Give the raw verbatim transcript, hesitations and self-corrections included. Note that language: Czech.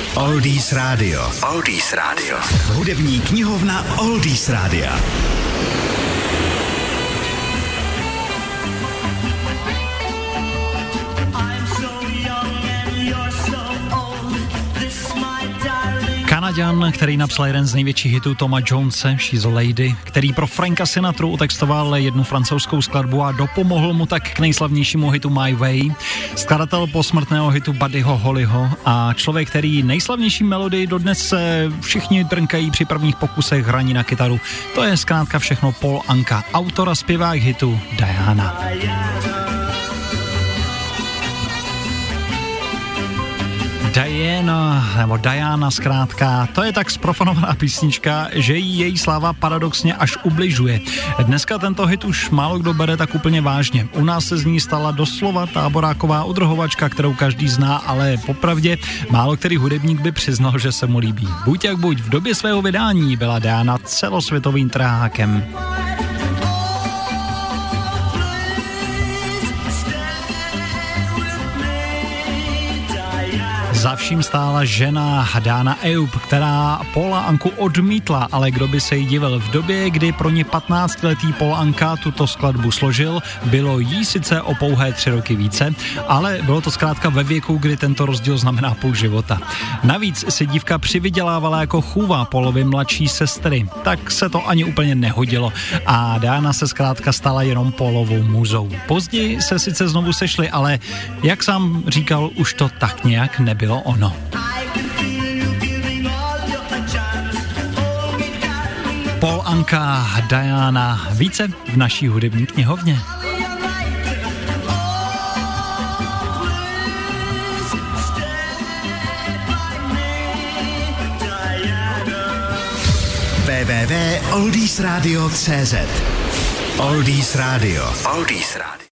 Oldies Radio. Oldies Radio. Hudební knihovna Oldies Rádia. Kanaďan, který napsal jeden z největších hitů Toma Jonese, She's a Lady, který pro Franka Sinatru utextoval jednu francouzskou skladbu a dopomohl mu tak k nejslavnějšímu hitu My Way, skladatel posmrtného hitu Buddyho Hollyho a člověk, který nejslavnější melodii dodnes se všichni trnkají při prvních pokusech hraní na kytaru. To je zkrátka všechno Paul Anka, autor a zpěvák hitu Diana. Diana, nebo Diana zkrátka, to je tak zprofanovaná písnička, že jí její sláva paradoxně až ubližuje. Dneska tento hit už málo kdo bere tak úplně vážně. U nás se z ní stala doslova táboráková udrhovačka, kterou každý zná, ale popravdě málo který hudebník by přiznal, že se mu líbí. Buď jak buď, v době svého vydání byla Diana celosvětovým trhákem. Za vším stála žena Dana Eub, která Paula Anku odmítla, ale kdo by se jí divil. V době, kdy pro ně patnáctiletý Paul Anka tuto skladbu složil, bylo jí sice o pouhé tři roky více, ale bylo to zkrátka ve věku, kdy tento rozdíl znamená půl života. Navíc si dívka přivydělávala jako chůva Paulovy mladší sestry, tak se to ani úplně nehodilo a Diana se zkrátka stala jenom Paulovou muzou. Později se sice znovu sešli, ale jak sám říkal, už to tak nějak nebylo ono. Paul Anka, Diana, více v naší hudební knihovně. w w w tečka oldies radio tečka cz Oldies Radio. Oldies Radio.